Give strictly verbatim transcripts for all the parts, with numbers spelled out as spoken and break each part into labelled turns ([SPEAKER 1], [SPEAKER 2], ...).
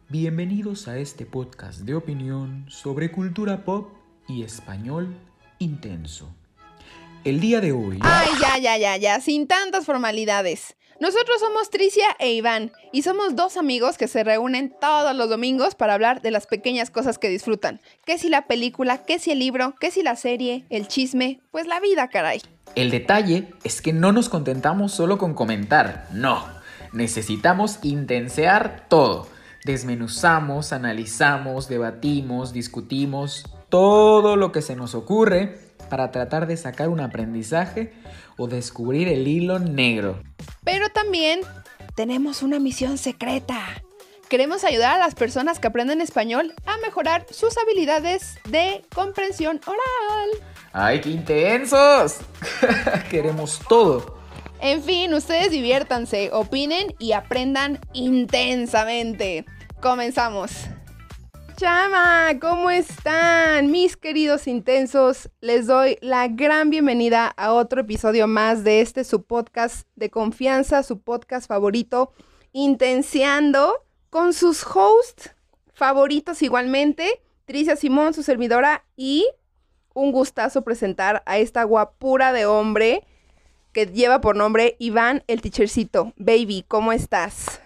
[SPEAKER 1] Bienvenidos a este podcast de opinión sobre cultura pop y español intenso. El día de hoy...
[SPEAKER 2] Ay, ya, ya, ya, ya, sin tantas formalidades. Nosotros somos Tricia e Iván y somos dos amigos que se reúnen todos los domingos para hablar de las pequeñas cosas que disfrutan. ¿Qué si la película? ¿Qué si el libro? ¿Qué si la serie? ¿El chisme? Pues la vida, caray.
[SPEAKER 1] El detalle es que no nos contentamos solo con comentar, no. Necesitamos intensear todo. Desmenuzamos, analizamos, debatimos, discutimos todo lo que se nos ocurre para tratar de sacar un aprendizaje o descubrir el hilo negro.
[SPEAKER 2] Pero también tenemos una misión secreta. Queremos ayudar a las personas que aprenden español a mejorar sus habilidades de comprensión oral.
[SPEAKER 1] ¡Ay, qué intensos! Queremos todo.
[SPEAKER 2] En fin, ustedes diviértanse, opinen y aprendan intensamente. Comenzamos. Chama, ¿cómo están? Mis queridos intensos, les doy la gran bienvenida a otro episodio más de este su podcast de confianza, su podcast favorito, Intenseando, con sus hosts favoritos igualmente, Tricia Simón, su servidora, y un gustazo presentar a esta guapura de hombre que lleva por nombre Iván el Teachercito. Baby, ¿cómo estás?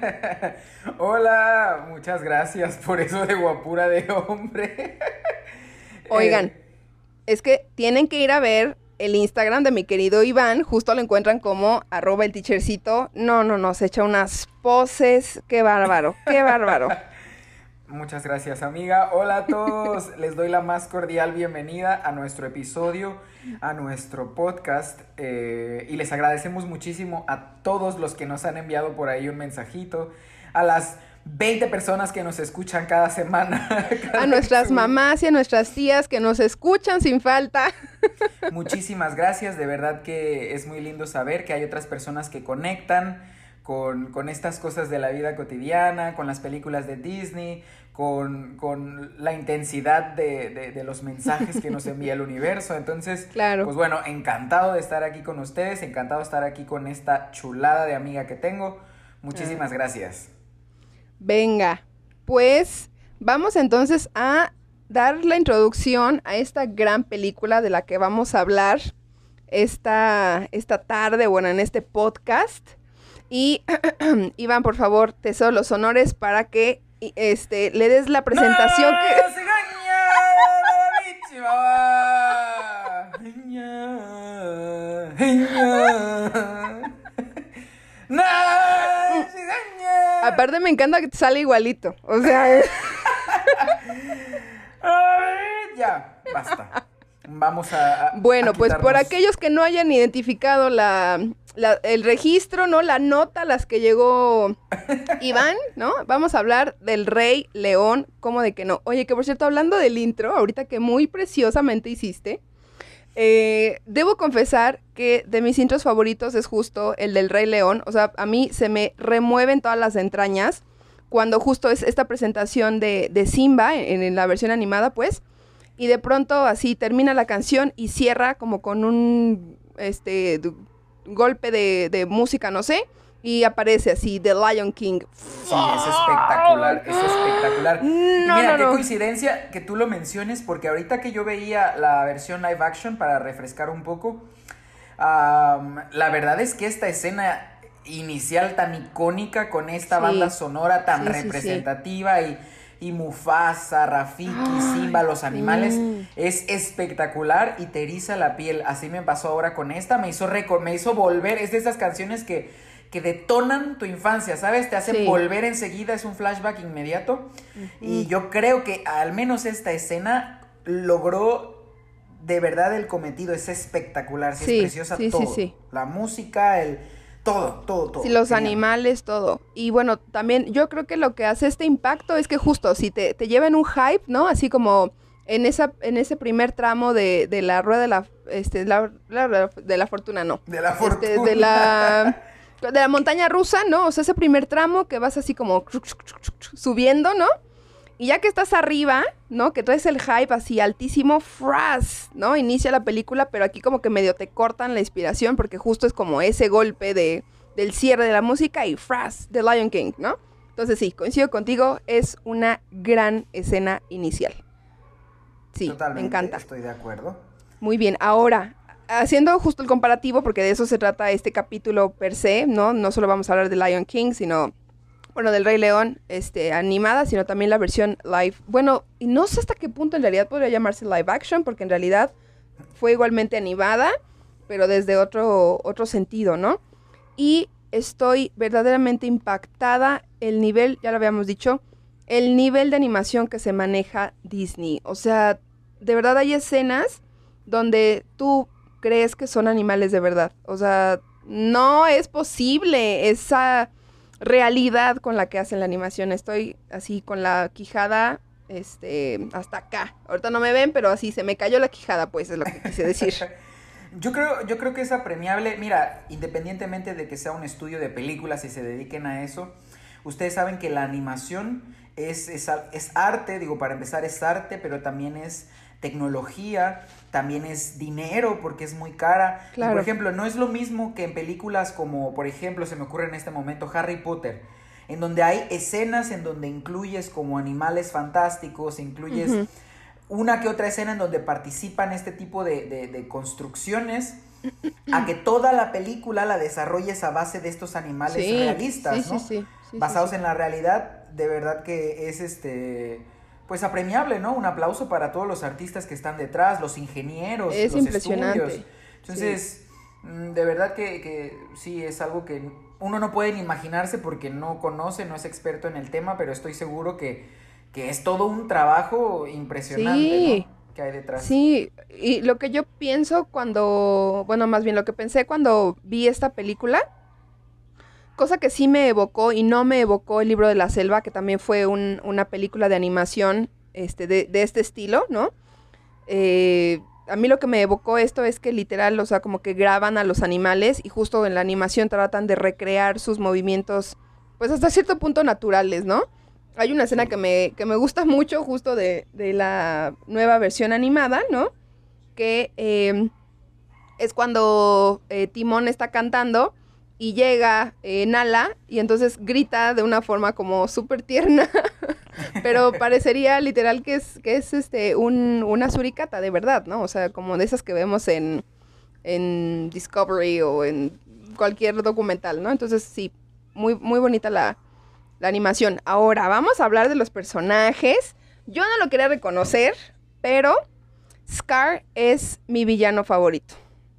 [SPEAKER 1] Hola, muchas gracias por eso de guapura de hombre.
[SPEAKER 2] Oigan, eh, es que tienen que ir a ver el Instagram de mi querido Iván, justo lo encuentran como arroba el teachercito. No, no, no, se echa unas poses, qué bárbaro, qué bárbaro.
[SPEAKER 1] Muchas gracias, amiga. Hola a todos, les doy la más cordial bienvenida a nuestro episodio, a nuestro podcast, eh, y les agradecemos muchísimo a todos los que nos han enviado por ahí un mensajito, a las veinte personas que nos escuchan cada semana. Cada
[SPEAKER 2] a nuestras mamás y a nuestras tías que nos escuchan sin falta.
[SPEAKER 1] Muchísimas gracias, de verdad que es muy lindo saber que hay otras personas que conectan con, con estas cosas de la vida cotidiana, con las películas de Disney, con, con la intensidad de, de, de los mensajes que nos envía el universo. Entonces,
[SPEAKER 2] claro.
[SPEAKER 1] Pues bueno, encantado de estar aquí con ustedes, encantado de estar aquí con esta chulada de amiga que tengo. Muchísimas ah. gracias.
[SPEAKER 2] Venga, pues vamos entonces a dar la introducción a esta gran película de la que vamos a hablar esta, esta tarde, bueno, en este podcast. Y Iván, por favor, te cedo los honores para que este, le des la presentación.
[SPEAKER 1] ¡No,
[SPEAKER 2] que... ¡No! Aparte me encanta que te sale igualito, o sea... Es...
[SPEAKER 1] ya, basta. Vamos a, a
[SPEAKER 2] Bueno,
[SPEAKER 1] a
[SPEAKER 2] pues por aquellos que no hayan identificado la, la, el registro, ¿no? La nota, las que llegó Iván, ¿no? Vamos a hablar del Rey León, ¿cómo de que no? Oye, que por cierto, hablando del intro, ahorita que muy preciosamente hiciste, eh, debo confesar que de mis intros favoritos es justo el del Rey León. O sea, a mí se me remueven todas las entrañas cuando justo es esta presentación de, de Simba, en, en la versión animada, pues, y de pronto así termina la canción y cierra como con un este d- golpe de, de música, no sé, y aparece así The Lion King.
[SPEAKER 1] Sí, es espectacular, es espectacular.
[SPEAKER 2] No,
[SPEAKER 1] y mira,
[SPEAKER 2] no,
[SPEAKER 1] qué
[SPEAKER 2] no.
[SPEAKER 1] coincidencia que tú lo menciones, porque ahorita que yo veía la versión live action, para refrescar un poco, um, la verdad es que esta escena inicial tan icónica con esta sí. banda sonora tan sí, representativa sí, sí. y y Mufasa, Rafiki, Simba, los animales, mm. es espectacular y te eriza la piel. Así me pasó ahora con esta, me hizo reco- me hizo volver, es de esas canciones que, que detonan tu infancia, ¿sabes? Te hacen sí. volver enseguida, es un flashback inmediato. Uh-huh. Y yo creo que al menos esta escena logró de verdad el cometido, es espectacular, sí,
[SPEAKER 2] sí,
[SPEAKER 1] es preciosa
[SPEAKER 2] sí,
[SPEAKER 1] todo.
[SPEAKER 2] Sí, sí.
[SPEAKER 1] La música, el... Todo, todo, todo.
[SPEAKER 2] Sí, los
[SPEAKER 1] Genial.
[SPEAKER 2] animales, todo. Y bueno, también yo creo que lo que hace este impacto es que justo si te, te lleva en un hype, ¿no? Así como en esa en ese primer tramo de, de la rueda de la, este, la, la, de la fortuna, no.
[SPEAKER 1] De la
[SPEAKER 2] este,
[SPEAKER 1] fortuna.
[SPEAKER 2] De la, de la montaña rusa, ¿no? O sea, ese primer tramo que vas así como subiendo, ¿no? Y ya que estás arriba, ¿no? Que traes el hype así altísimo, ¡fras! ¿No? Inicia la película, pero aquí como que medio te cortan la inspiración porque justo es como ese golpe de, del cierre de la música y ¡fras! The Lion King, ¿no? Entonces sí, coincido contigo, es una gran escena inicial. Sí,
[SPEAKER 1] Totalmente,
[SPEAKER 2] me encanta.
[SPEAKER 1] Estoy de acuerdo.
[SPEAKER 2] Muy bien, ahora, haciendo justo el comparativo, porque de eso se trata este capítulo per se, ¿no? No solo vamos a hablar de Lion King, sino, bueno, del Rey León, este, animada, sino también la versión live. Bueno, y no sé hasta qué punto en realidad podría llamarse live action, porque en realidad fue igualmente animada, pero desde otro, otro sentido, ¿no? Y estoy verdaderamente impactada el nivel, ya lo habíamos dicho, el nivel de animación que se maneja Disney. O sea, de verdad hay escenas donde tú crees que son animales de verdad. O sea, no es posible esa realidad con la que hacen la animación. Estoy así con la quijada este, hasta acá. Ahorita no me ven, pero así se me cayó la quijada, pues es lo que quise decir.
[SPEAKER 1] Yo creo, yo creo que es apremiable. Mira, independientemente de que sea un estudio de películas y se dediquen a eso, ustedes saben que la animación es, es, es arte, digo, para empezar es arte, pero también es tecnología, también es dinero porque es muy cara.
[SPEAKER 2] Claro.
[SPEAKER 1] Y, por ejemplo, no es lo mismo que en películas como, por ejemplo, se me ocurre en este momento Harry Potter, en donde hay escenas en donde incluyes como animales fantásticos, incluyes... Uh-huh. Una que otra escena en donde participan este tipo de, de, de construcciones, a que toda la película la desarrolles a base de estos animales
[SPEAKER 2] sí,
[SPEAKER 1] realistas,
[SPEAKER 2] sí,
[SPEAKER 1] ¿no?
[SPEAKER 2] Sí, sí, sí,
[SPEAKER 1] Basados
[SPEAKER 2] sí, sí.
[SPEAKER 1] en la realidad, de verdad que es este, pues apremiable, ¿no? Un aplauso para todos los artistas que están detrás, los ingenieros,
[SPEAKER 2] es
[SPEAKER 1] los
[SPEAKER 2] impresionante.
[SPEAKER 1] estudios. Entonces, sí. de verdad que, que sí es algo que uno no puede ni imaginarse porque no conoce, no es experto en el tema, pero estoy seguro que que es todo un trabajo impresionante, sí, ¿no? Que hay detrás.
[SPEAKER 2] Sí, y lo que yo pienso cuando, bueno, más bien lo que pensé cuando vi esta película, cosa que sí me evocó y no me evocó El Libro de la Selva, que también fue un, una película de animación este, de, de este estilo, ¿no? Eh, a mí lo que me evocó esto es que literal, o sea, como que graban a los animales y justo en la animación tratan de recrear sus movimientos, pues hasta cierto punto naturales, ¿no? Hay una escena que me, que me gusta mucho justo de, de la nueva versión animada, ¿no? Que eh, es cuando eh, Timón está cantando y llega eh, Nala y entonces grita de una forma como súper tierna, pero parecería literal que es, que es este, un, una suricata de verdad, ¿no? O sea, como de esas que vemos en, en Discovery o en cualquier documental, ¿no? Entonces sí, muy, muy bonita la... la animación. Ahora, vamos a hablar de los personajes. Yo no lo quería reconocer, pero Scar es mi villano favorito.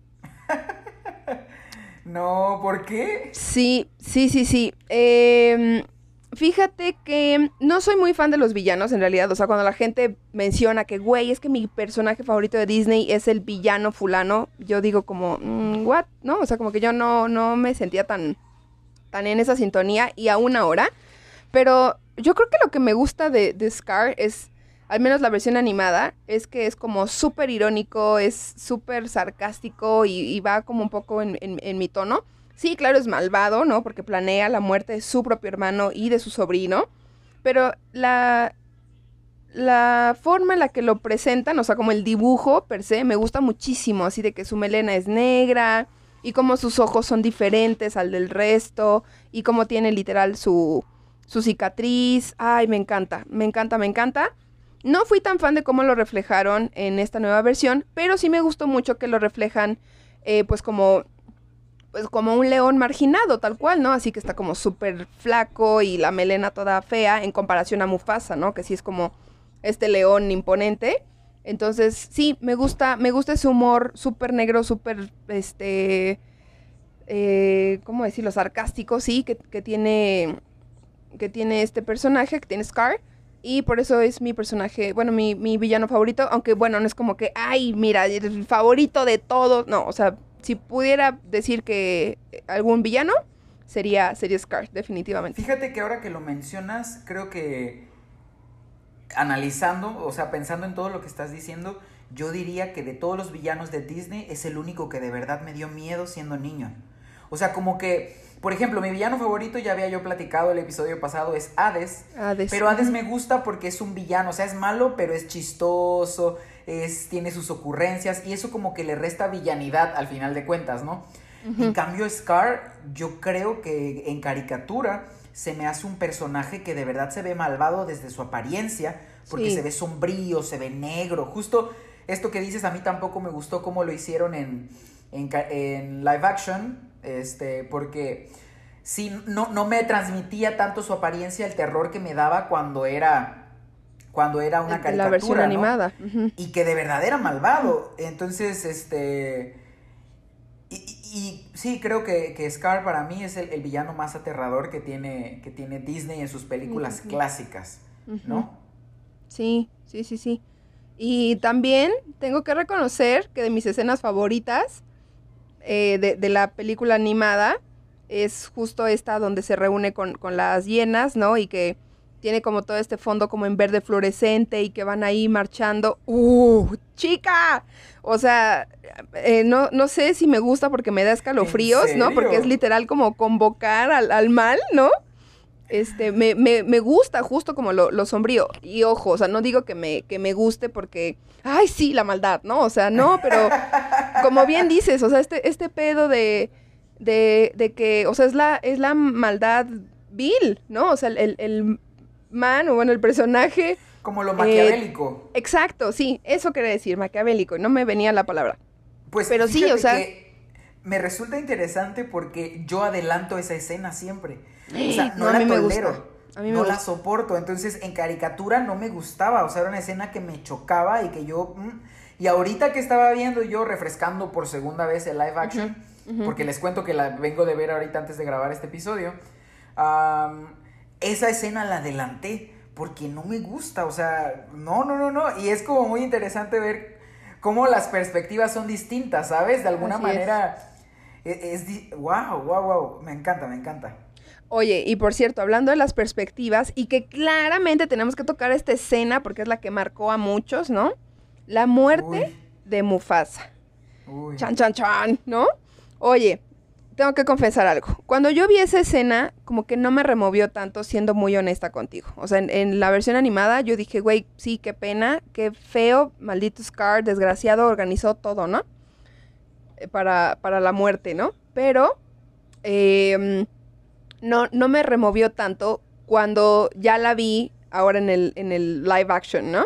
[SPEAKER 1] No, ¿por qué?
[SPEAKER 2] Sí, sí, sí, sí. Eh, fíjate que no soy muy fan de los villanos, en realidad. O sea, cuando la gente menciona que, güey, es que mi personaje favorito de Disney es el villano fulano, yo digo como, mm, ¿what? ¿No? O sea, como que yo no, no me sentía tan, tan en esa sintonía. Y aún ahora... Pero yo creo que lo que me gusta de, de Scar es, al menos la versión animada, es que es como súper irónico, es súper sarcástico y, y va como un poco en, en, en mi tono. Sí, claro, es malvado, ¿no? Porque planea la muerte de su propio hermano y de su sobrino. Pero la, la forma en la que lo presentan, o sea, como el dibujo per se, me gusta muchísimo. Así de que su melena es negra y como sus ojos son diferentes al del resto y como tiene literal su... su cicatriz, ay, me encanta, me encanta, me encanta. No fui tan fan de cómo lo reflejaron en esta nueva versión, pero sí me gustó mucho que lo reflejan, eh, pues como, pues como un león marginado, tal cual, ¿no? Así que está como súper flaco y la melena toda fea en comparación a Mufasa, ¿no? Que sí es como este león imponente. Entonces, sí, me gusta, me gusta ese humor súper negro, súper, este, eh, ¿cómo decirlo? Sarcástico, sí, que, que tiene... que tiene este personaje, que tiene Scar, y por eso es mi personaje, bueno, mi, mi villano favorito, aunque bueno, no es como que, ay, mira, el favorito de todos, no, o sea, si pudiera decir que algún villano, sería, sería Scar, definitivamente.
[SPEAKER 1] Fíjate que ahora que lo mencionas, creo que analizando, o sea, pensando en todo lo que estás diciendo, yo diría que de todos los villanos de Disney es el único que de verdad me dio miedo siendo niño. O sea, como que, por ejemplo, mi villano favorito, ya había yo platicado el episodio pasado, es Hades.
[SPEAKER 2] Hades.
[SPEAKER 1] Pero Hades me gusta porque es un villano, o sea, es malo, pero es chistoso, es, tiene sus ocurrencias, y eso como que le resta villanidad al final de cuentas, ¿no? Uh-huh. En cambio, Scar, yo creo que en caricatura se me hace un personaje que de verdad se ve malvado desde su apariencia, porque
[SPEAKER 2] Sí.
[SPEAKER 1] se ve sombrío, se ve negro. Justo esto que dices a mí tampoco me gustó cómo lo hicieron en, en, en live action, este, porque sí, no, no me transmitía tanto su apariencia el terror que me daba cuando era... cuando era una
[SPEAKER 2] De
[SPEAKER 1] caricatura,
[SPEAKER 2] la versión
[SPEAKER 1] ¿no?
[SPEAKER 2] animada. Uh-huh.
[SPEAKER 1] Y que de verdad era malvado. Entonces, este... Y, y, y sí, creo que, que Scar para mí es el, el villano más aterrador que tiene, que tiene Disney en sus películas uh-huh. clásicas, ¿no?
[SPEAKER 2] Uh-huh. Sí, sí, sí, sí. Y también tengo que reconocer que de mis escenas favoritas eh, de, de la película animada es justo esta donde se reúne con, con las hienas, ¿no? Y que tiene como todo este fondo como en verde fluorescente y que van ahí marchando. ¡Uh, chica! O sea, eh, no, no sé si me gusta porque me da escalofríos, ¿no? Porque es literal como convocar al, al mal, ¿no? Este, me, me, me gusta justo como lo, lo sombrío. Y ojo, o sea, no digo que me, que me guste porque, ay, sí, la maldad, ¿no? O sea, no, pero como bien dices, o sea, este, este pedo de, de, de que, o sea, es la, es la maldad vil, ¿no? O sea, el, el man, o bueno, el personaje...
[SPEAKER 1] Como lo maquiavélico.
[SPEAKER 2] Eh, exacto, sí, eso quería decir, maquiavélico, no me venía la palabra.
[SPEAKER 1] Pues,
[SPEAKER 2] pero sí, o sea...
[SPEAKER 1] Que me resulta interesante porque yo adelanto esa escena siempre. O sea, no,
[SPEAKER 2] no
[SPEAKER 1] la
[SPEAKER 2] a mí
[SPEAKER 1] tolero,
[SPEAKER 2] me gusta. A mí me
[SPEAKER 1] no
[SPEAKER 2] gusta.
[SPEAKER 1] la soporto. Entonces, en caricatura no me gustaba. O sea, era una escena que me chocaba y que yo... Mmm, y ahorita que estaba viendo yo, refrescando por segunda vez el live action, uh-huh, uh-huh. porque les cuento que la vengo de ver ahorita antes de grabar este episodio, um, esa escena la adelanté porque no me gusta. O sea, no, no, no, no. Y es como muy interesante ver cómo las perspectivas son distintas, ¿sabes? De alguna Así manera... Es, es, wow, wow, wow, me encanta, me encanta.
[SPEAKER 2] Oye, y por cierto, hablando de las perspectivas, y que claramente tenemos que tocar esta escena porque es la que marcó a muchos, ¿no? La muerte Uy. de Mufasa.
[SPEAKER 1] Uy.
[SPEAKER 2] Chan, chan, chan, ¿no? Oye, tengo que confesar algo. Cuando yo vi esa escena, como que no me removió tanto, siendo muy honesta contigo. O sea, en, en la versión animada yo dije, güey, sí, qué pena, qué feo, maldito Scar, desgraciado, organizó todo, ¿no? Para, para la muerte, ¿no? Pero eh, no, no me removió tanto cuando ya la vi ahora en el, en el live action, ¿no?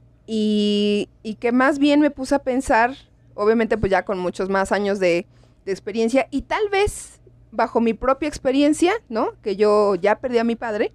[SPEAKER 2] Y, y que más bien me puse a pensar, obviamente pues ya con muchos más años de, de experiencia y tal vez bajo mi propia experiencia, ¿no? Que yo ya perdí a mi padre.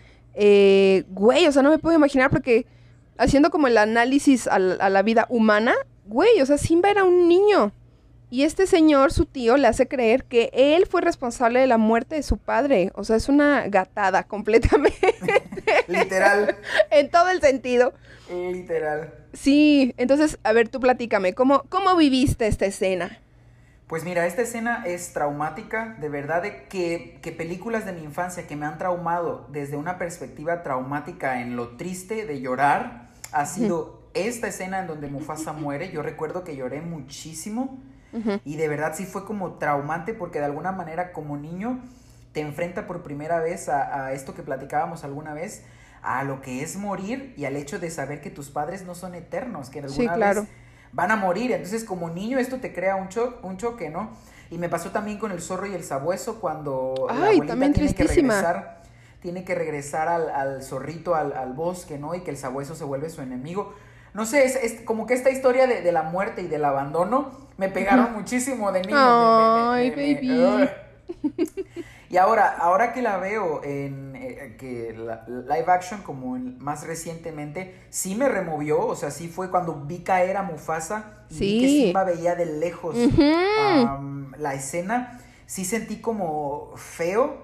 [SPEAKER 2] Eh, güey, o sea, no me puedo imaginar porque haciendo como el análisis a, a la vida humana, güey, o sea, Simba era un niño. Y este señor, su tío, le hace creer que él fue responsable de la muerte de su padre. O sea, es una gatada completamente.
[SPEAKER 1] Literal.
[SPEAKER 2] En todo el sentido.
[SPEAKER 1] Literal.
[SPEAKER 2] Sí, entonces, a ver, tú platícame, ¿cómo, cómo viviste esta escena?
[SPEAKER 1] Pues mira, esta escena es traumática, de verdad, de que, que películas de mi infancia que me han traumado desde una perspectiva traumática en lo triste de llorar, ha sido uh-huh. esta escena en donde Mufasa muere. Yo recuerdo que lloré muchísimo. Uh-huh. Y de verdad sí fue como traumante porque de alguna manera como niño te enfrenta por primera vez a, a esto que platicábamos alguna vez, a lo que es morir y al hecho de saber que tus padres no son eternos, que alguna
[SPEAKER 2] sí, claro.
[SPEAKER 1] vez van a morir. Entonces como niño esto te crea un, cho- un choque, ¿no? Y me pasó también con el zorro y el sabueso cuando
[SPEAKER 2] Ay,
[SPEAKER 1] la abuelita
[SPEAKER 2] también
[SPEAKER 1] tiene
[SPEAKER 2] tristísima.
[SPEAKER 1] que regresar, tiene que regresar al, al zorrito, al, al bosque, ¿no? Y que el sabueso se vuelve su enemigo. No sé, es, es como que esta historia de, de la muerte y del abandono me pegaron uh-huh. muchísimo de niño.
[SPEAKER 2] Ay,
[SPEAKER 1] me, me, me,
[SPEAKER 2] baby.
[SPEAKER 1] Me, uh. Y ahora, ahora que la veo en eh, que la, live action como en, más recientemente, sí me removió, o sea, sí fue cuando vi caer a Mufasa y
[SPEAKER 2] sí.
[SPEAKER 1] vi que Simba veía de lejos uh-huh. um, la escena, sí sentí como feo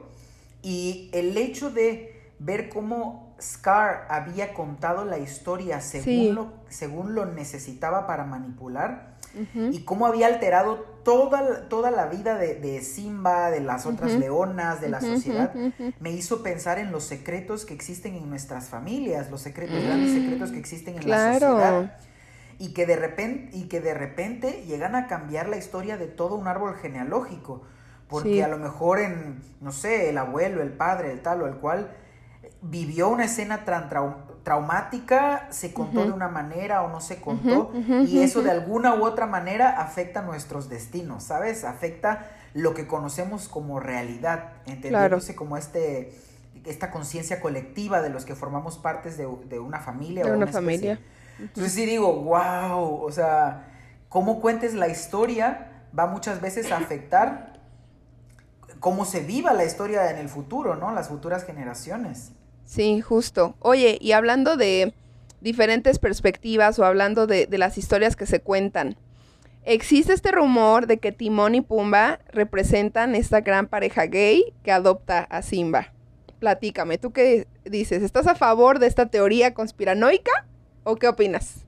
[SPEAKER 1] y el hecho de ver cómo Scar había contado la historia según, sí. lo, según lo necesitaba para manipular uh-huh. y cómo había alterado toda, toda la vida de, de Simba, de las otras uh-huh. leonas, de la uh-huh. sociedad, uh-huh. me hizo pensar en los secretos que existen en nuestras familias, los secretos, uh-huh. grandes secretos que existen en
[SPEAKER 2] claro.
[SPEAKER 1] la sociedad y que, de repente, y que de repente llegan a cambiar la historia de todo un árbol genealógico, porque sí. a lo mejor en, no sé, el abuelo, el padre, el tal o el cual vivió una escena tan trau- traumática, se contó uh-huh. de una manera o no se contó, uh-huh, uh-huh, y eso uh-huh. de alguna u otra manera afecta nuestros destinos, ¿sabes? Afecta lo que conocemos como realidad, entendiéndose claro. como este, esta conciencia colectiva de los que formamos partes de, de una familia.
[SPEAKER 2] De
[SPEAKER 1] o
[SPEAKER 2] una,
[SPEAKER 1] una
[SPEAKER 2] familia.
[SPEAKER 1] Uh-huh. Entonces sí digo, wow, o sea, cómo cuentes la historia va muchas veces a afectar cómo se viva la historia en el futuro, ¿no? Las futuras generaciones.
[SPEAKER 2] Sí, justo. Oye, y hablando de diferentes perspectivas o hablando de, de las historias que se cuentan, existe este rumor de que Timón y Pumba representan esta gran pareja gay que adopta a Simba. Platícame, ¿tú qué dices? ¿Estás a favor de esta teoría conspiranoica o qué opinas?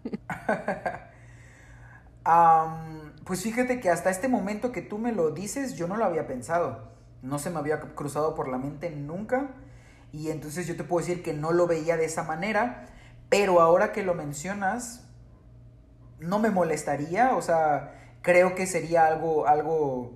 [SPEAKER 1] um, pues fíjate que hasta este momento que tú me lo dices, yo no lo había pensado. No se me había cruzado por la mente nunca. Y entonces yo te puedo decir que no lo veía de esa manera. Pero ahora que lo mencionas, no me molestaría. O sea, creo que sería algo, algo...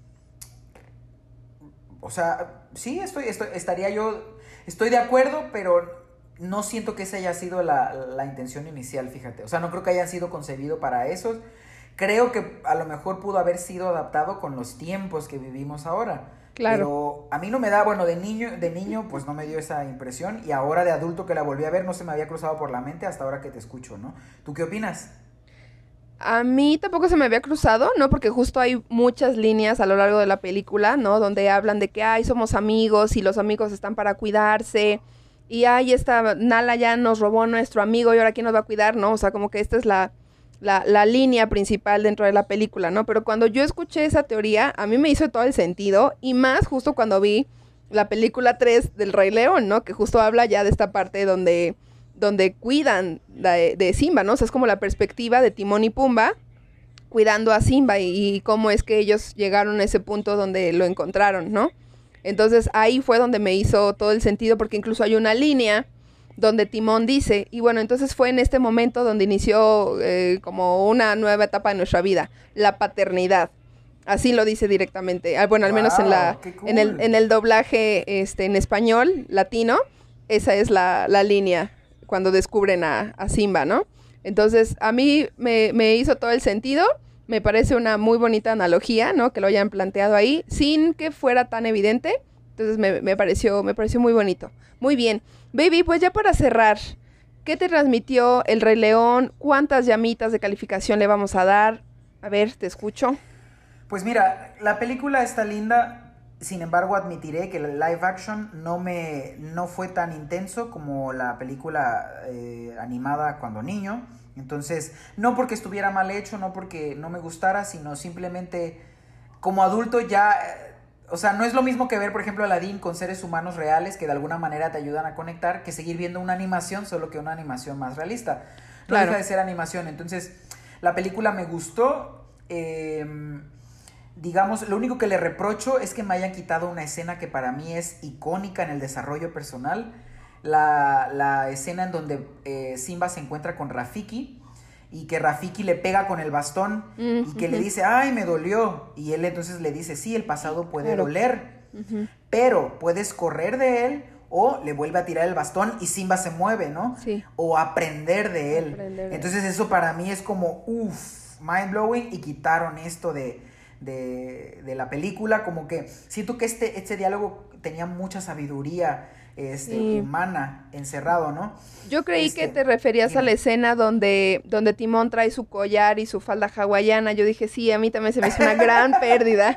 [SPEAKER 1] O sea, sí, estoy, estoy, estaría yo... Estoy de acuerdo, pero no siento que esa haya sido la, la intención inicial, fíjate. O sea, no creo que hayan sido concebido para eso. Creo que a lo mejor pudo haber sido adaptado con los tiempos que vivimos ahora. Claro. Pero a mí no me da, bueno, de niño, de niño pues no me dio esa impresión. Y ahora de adulto que la volví a ver no se me había cruzado por la mente hasta ahora que te escucho, ¿no? ¿Tú qué opinas?
[SPEAKER 2] A mí tampoco se me había cruzado, ¿no? Porque justo hay muchas líneas a lo largo de la película, ¿no? Donde hablan de que, ay, somos amigos y los amigos están para cuidarse. Y, ay, esta Nala ya nos robó nuestro amigo y ahora ¿quién nos va a cuidar, no? O sea, como que esta es la, la, la línea principal dentro de la película, ¿no? Pero cuando yo escuché esa teoría, a mí me hizo todo el sentido. Y más justo cuando vi la película tres del Rey León, ¿no? Que justo habla ya de esta parte donde... donde cuidan de, de Simba, ¿no? O sea, es como la perspectiva de Timón y Pumba cuidando a Simba y, y cómo es que ellos llegaron a ese punto donde lo encontraron, ¿no? Entonces ahí fue donde me hizo todo el sentido porque incluso hay una línea donde Timón dice, y bueno, entonces fue en este momento donde inició eh, como una nueva etapa de nuestra vida, la paternidad. Así lo dice directamente. Ah, bueno, al wow, menos en la cool. en el en el doblaje este en español latino, esa es la, la línea cuando descubren a, a Simba, ¿no? Entonces, a mí me, me hizo todo el sentido, me parece una muy bonita analogía, ¿no? Que lo hayan planteado ahí, sin que fuera tan evidente, entonces me, me, pareció, me pareció muy bonito. Muy bien. Baby, pues ya para cerrar, ¿qué te transmitió El Rey León? ¿Cuántas llamitas de calificación le vamos a dar? A ver, te escucho.
[SPEAKER 1] Pues mira, la película está linda. Sin embargo, admitiré que el live action no me no fue tan intenso como la película eh, animada cuando niño. Entonces, no porque estuviera mal hecho, no porque no me gustara, sino simplemente como adulto ya... Eh, o sea, no es lo mismo que ver, por ejemplo, Aladdin con seres humanos reales que de alguna manera te ayudan a conectar, que seguir viendo una animación, solo que una animación más realista. No claro. Deja de ser animación. Entonces, la película me gustó... Eh, digamos, lo único que le reprocho es que me hayan quitado una escena que para mí es icónica en el desarrollo personal. La, la escena en donde eh, Simba se encuentra con Rafiki y que Rafiki le pega con el bastón uh-huh. y que le dice, ay, me dolió. Y él entonces le dice, sí, el pasado puede claro. doler, uh-huh. pero puedes correr de él o le vuelve a tirar el bastón y Simba se mueve, ¿no?
[SPEAKER 2] Sí.
[SPEAKER 1] O aprender de él.
[SPEAKER 2] Aprender de
[SPEAKER 1] entonces
[SPEAKER 2] él.
[SPEAKER 1] Eso para mí es como, uff, mind blowing, y quitaron esto de... De, de la película, como que siento que este, este diálogo tenía mucha sabiduría este, sí. humana encerrado, ¿no?
[SPEAKER 2] Yo creí
[SPEAKER 1] este,
[SPEAKER 2] que te referías dime. a la escena donde, donde Timón trae su collar y su falda hawaiana. Yo dije, sí, a mí también se me hizo una gran pérdida.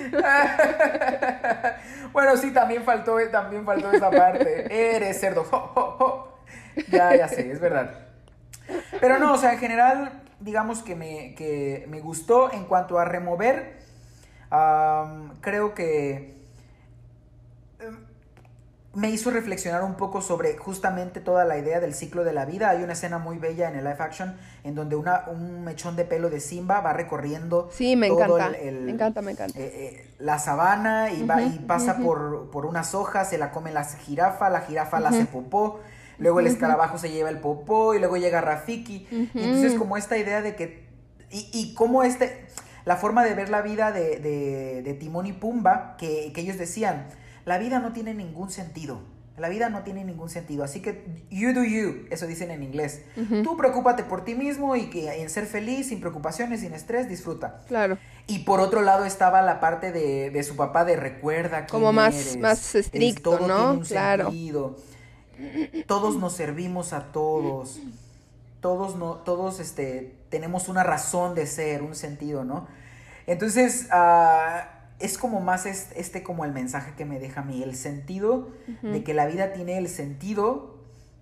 [SPEAKER 1] Bueno, sí, también faltó, también faltó esa parte. Eres cerdo. Jo, jo, jo. Ya, ya sé, es verdad. Pero no, o sea, en general... digamos que me, que me gustó. En cuanto a remover, um, creo que um, me hizo reflexionar un poco sobre justamente toda la idea del ciclo de la vida. Hay una escena muy bella en el live action en donde una, un mechón de pelo de Simba va recorriendo
[SPEAKER 2] sí, me
[SPEAKER 1] todo
[SPEAKER 2] encanta.
[SPEAKER 1] El, el,
[SPEAKER 2] me encanta, me encanta.
[SPEAKER 1] Eh, eh, la sabana y, uh-huh, va, y pasa uh-huh. por, por unas hojas, se la come la jirafa, la jirafa uh-huh. la hace popó. Luego el escarabajo uh-huh. se lleva el popó y luego llega Rafiki. Uh-huh. Y entonces como esta idea de que... Y, y como este... La forma de ver la vida de, de, de Timón y Pumba, que, que ellos decían, la vida no tiene ningún sentido. La vida no tiene ningún sentido. Así que you do you, eso dicen en inglés. Uh-huh. Tú preocúpate por ti mismo y que en ser feliz, sin preocupaciones, sin estrés, disfruta.
[SPEAKER 2] Claro.
[SPEAKER 1] Y por otro lado estaba la parte de, de su papá de recuerda quién
[SPEAKER 2] como más,
[SPEAKER 1] eres.
[SPEAKER 2] más estricto,
[SPEAKER 1] es, todo
[SPEAKER 2] ¿no?
[SPEAKER 1] Tiene un
[SPEAKER 2] Claro.
[SPEAKER 1] sentido. Todos nos servimos a todos. Todos no, todos este, tenemos una razón de ser, un sentido, ¿no? Entonces, uh, es como más este, este como el mensaje que me deja a mí, el sentido uh-huh. de que la vida tiene el sentido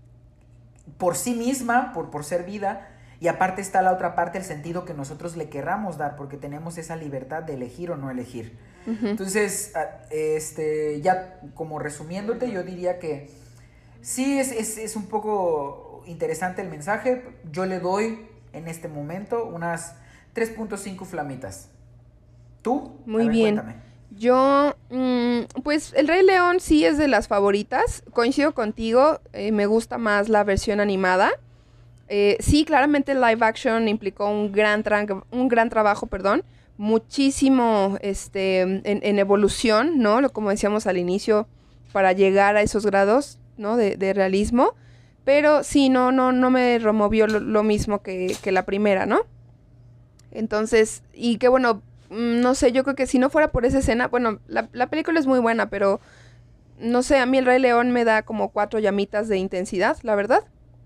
[SPEAKER 1] por sí misma, por, por ser vida, y aparte está la otra parte, el sentido que nosotros le querramos dar, porque tenemos esa libertad de elegir o no elegir. Uh-huh. Entonces, este, ya como resumiéndote, yo diría que sí es, es, es un poco interesante el mensaje. Yo le doy en este momento unas tres punto cinco flamitas. ¿Tú?
[SPEAKER 2] Muy
[SPEAKER 1] A ver,
[SPEAKER 2] bien.
[SPEAKER 1] Cuéntame.
[SPEAKER 2] Yo, mmm, pues El Rey León sí es de las favoritas. Coincido contigo, eh, me gusta más la versión animada. Eh, sí, claramente el live action implicó un gran, tra- un gran trabajo, perdón, muchísimo este, en, en evolución, ¿no? Como decíamos al inicio, para llegar a esos grados, ¿no? de, de realismo. Pero sí, no, no, no me removió lo, lo mismo que, que la primera, ¿no? Entonces, y que bueno, no sé, yo creo que si no fuera por esa escena, bueno, la, la película es muy buena, pero no sé, a mí el Rey León me da como cuatro llamitas de intensidad, la verdad.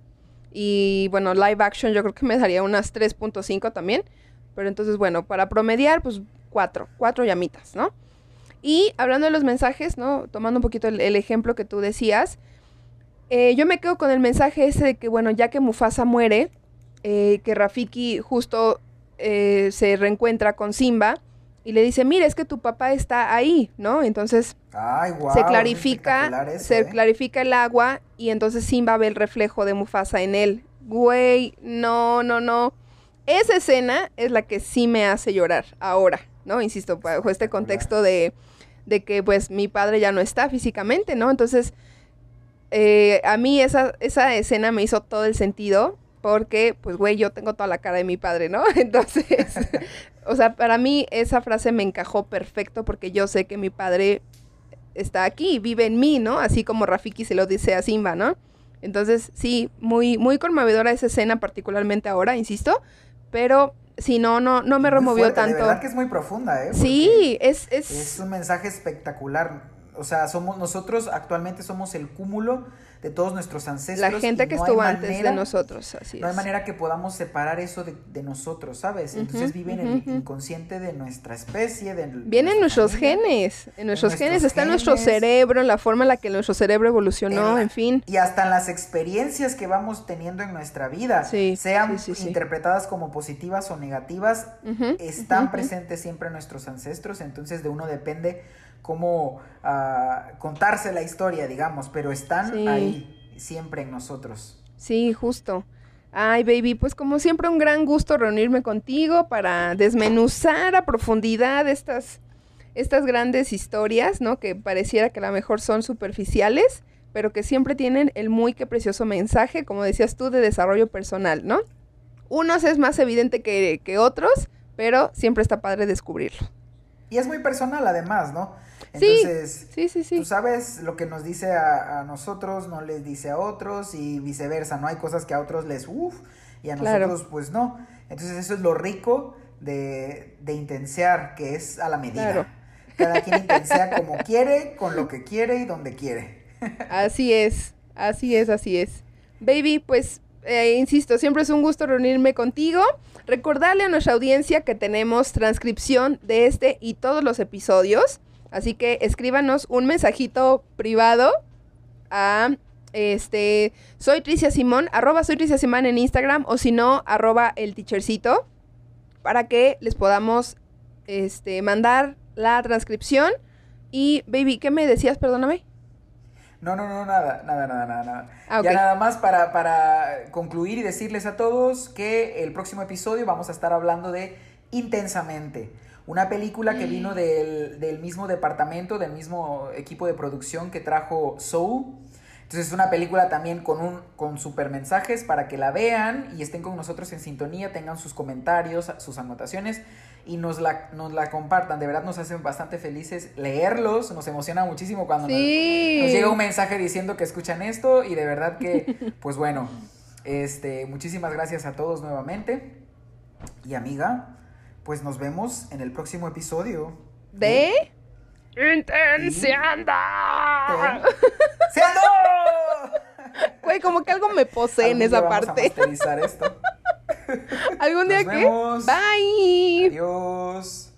[SPEAKER 2] Y bueno, live action yo creo que me daría unas tres punto cinco también. Pero entonces, bueno, para promediar, pues cuatro, cuatro llamitas, ¿no? Y hablando de los mensajes, ¿no? Tomando un poquito el, el ejemplo que tú decías, eh, yo me quedo con el mensaje ese de que, bueno, ya que Mufasa muere, eh, que Rafiki justo eh, se reencuentra con Simba y le dice, mira, es que tu papá está ahí, ¿no? Entonces
[SPEAKER 1] Ay, wow,
[SPEAKER 2] se clarifica,
[SPEAKER 1] eso,
[SPEAKER 2] se
[SPEAKER 1] ¿eh?
[SPEAKER 2] clarifica el agua y entonces Simba ve el reflejo de Mufasa en él. Güey, no, no, no. Esa escena es la que sí me hace llorar ahora, ¿no? Insisto, bajo este contexto de, de que pues mi padre ya no está físicamente, ¿no? Entonces, eh, a mí esa, esa escena me hizo todo el sentido porque, pues, güey, yo tengo toda la cara de mi padre, ¿no? Entonces, o sea, para mí esa frase me encajó perfecto porque yo sé que mi padre está aquí, vive en mí, ¿no? Así como Rafiki se lo dice a Simba, ¿no? Entonces, sí, muy, muy conmovedora esa escena, particularmente ahora, insisto, pero sí, no, no, no me
[SPEAKER 1] muy
[SPEAKER 2] removió
[SPEAKER 1] fuerte,
[SPEAKER 2] tanto.
[SPEAKER 1] De verdad que es muy profunda, ¿eh? Porque
[SPEAKER 2] sí, es, es...
[SPEAKER 1] Es un mensaje espectacular. O sea, somos nosotros actualmente somos el cúmulo de todos nuestros ancestros.
[SPEAKER 2] La gente que
[SPEAKER 1] no
[SPEAKER 2] estuvo
[SPEAKER 1] manera,
[SPEAKER 2] antes de nosotros, así
[SPEAKER 1] No
[SPEAKER 2] es.
[SPEAKER 1] hay manera que podamos separar eso de, de nosotros, ¿sabes? Entonces
[SPEAKER 2] uh-huh,
[SPEAKER 1] vive en
[SPEAKER 2] uh-huh.
[SPEAKER 1] el inconsciente de nuestra especie. De,
[SPEAKER 2] Vienen nuestros familia, genes. En nuestros en genes está genes, nuestro cerebro, la forma en la que nuestro cerebro evolucionó, en, la, en fin.
[SPEAKER 1] Y hasta en las experiencias que vamos teniendo en nuestra vida,
[SPEAKER 2] sí,
[SPEAKER 1] sean
[SPEAKER 2] sí, sí,
[SPEAKER 1] interpretadas
[SPEAKER 2] sí.
[SPEAKER 1] como positivas o negativas, uh-huh, están uh-huh. presentes siempre nuestros ancestros. Entonces de uno depende cómo uh, contarse la historia, digamos, pero están sí. ahí siempre en nosotros.
[SPEAKER 2] Sí, justo. Ay, baby, pues como siempre un gran gusto reunirme contigo para desmenuzar a profundidad estas, estas grandes historias, ¿no? Que pareciera que a lo mejor son superficiales, pero que siempre tienen el muy que precioso mensaje, como decías tú, de desarrollo personal, ¿no? Unos es más evidente que, que otros, pero siempre está padre descubrirlo.
[SPEAKER 1] Y es muy personal además, ¿no? Entonces,
[SPEAKER 2] sí, sí, sí, sí.
[SPEAKER 1] tú sabes lo que nos dice a, a nosotros, no les dice a otros y viceversa, ¿no? Hay cosas que a otros les uff y a
[SPEAKER 2] claro.
[SPEAKER 1] nosotros pues no. Entonces eso es lo rico de, de intensear, que es a la medida.
[SPEAKER 2] Claro.
[SPEAKER 1] Cada quien intensea como quiere, con lo que quiere y donde quiere.
[SPEAKER 2] Así es, así es, así es. Baby, pues, eh, insisto, siempre es un gusto reunirme contigo. Recordarle a nuestra audiencia que tenemos transcripción de este y todos los episodios. Así que escríbanos un mensajito privado a este soy Tricia Simón, arroba soy Tricia Simón en Instagram, o si no, arroba el teachercito, para que les podamos este mandar la transcripción. Y baby, ¿qué me decías? Perdóname.
[SPEAKER 1] No, no, no, nada, nada, nada, nada, nada.
[SPEAKER 2] Ah, okay.
[SPEAKER 1] Ya nada más para, para concluir y decirles a todos que el próximo episodio vamos a estar hablando de Intensamente. Una película que vino del, del mismo departamento, del mismo equipo de producción que trajo Soul. Entonces es una película también con, un, con super mensajes para que la vean y estén con nosotros en sintonía, tengan sus comentarios, sus anotaciones y nos la, nos la compartan. De verdad nos hacen bastante felices leerlos, nos emociona muchísimo cuando
[SPEAKER 2] sí.
[SPEAKER 1] nos, nos llega un mensaje diciendo que escuchan esto y de verdad que, pues bueno, este, muchísimas gracias a todos nuevamente. Y amiga, pues nos vemos en el próximo episodio.
[SPEAKER 2] ¿De? Intenciando.
[SPEAKER 1] ¡Seando!
[SPEAKER 2] Güey, como que algo me posee en esa
[SPEAKER 1] Vamos
[SPEAKER 2] parte.
[SPEAKER 1] a masterizar esto.
[SPEAKER 2] ¿Algún día
[SPEAKER 1] Nos
[SPEAKER 2] qué?
[SPEAKER 1] vemos.
[SPEAKER 2] Bye.
[SPEAKER 1] Adiós.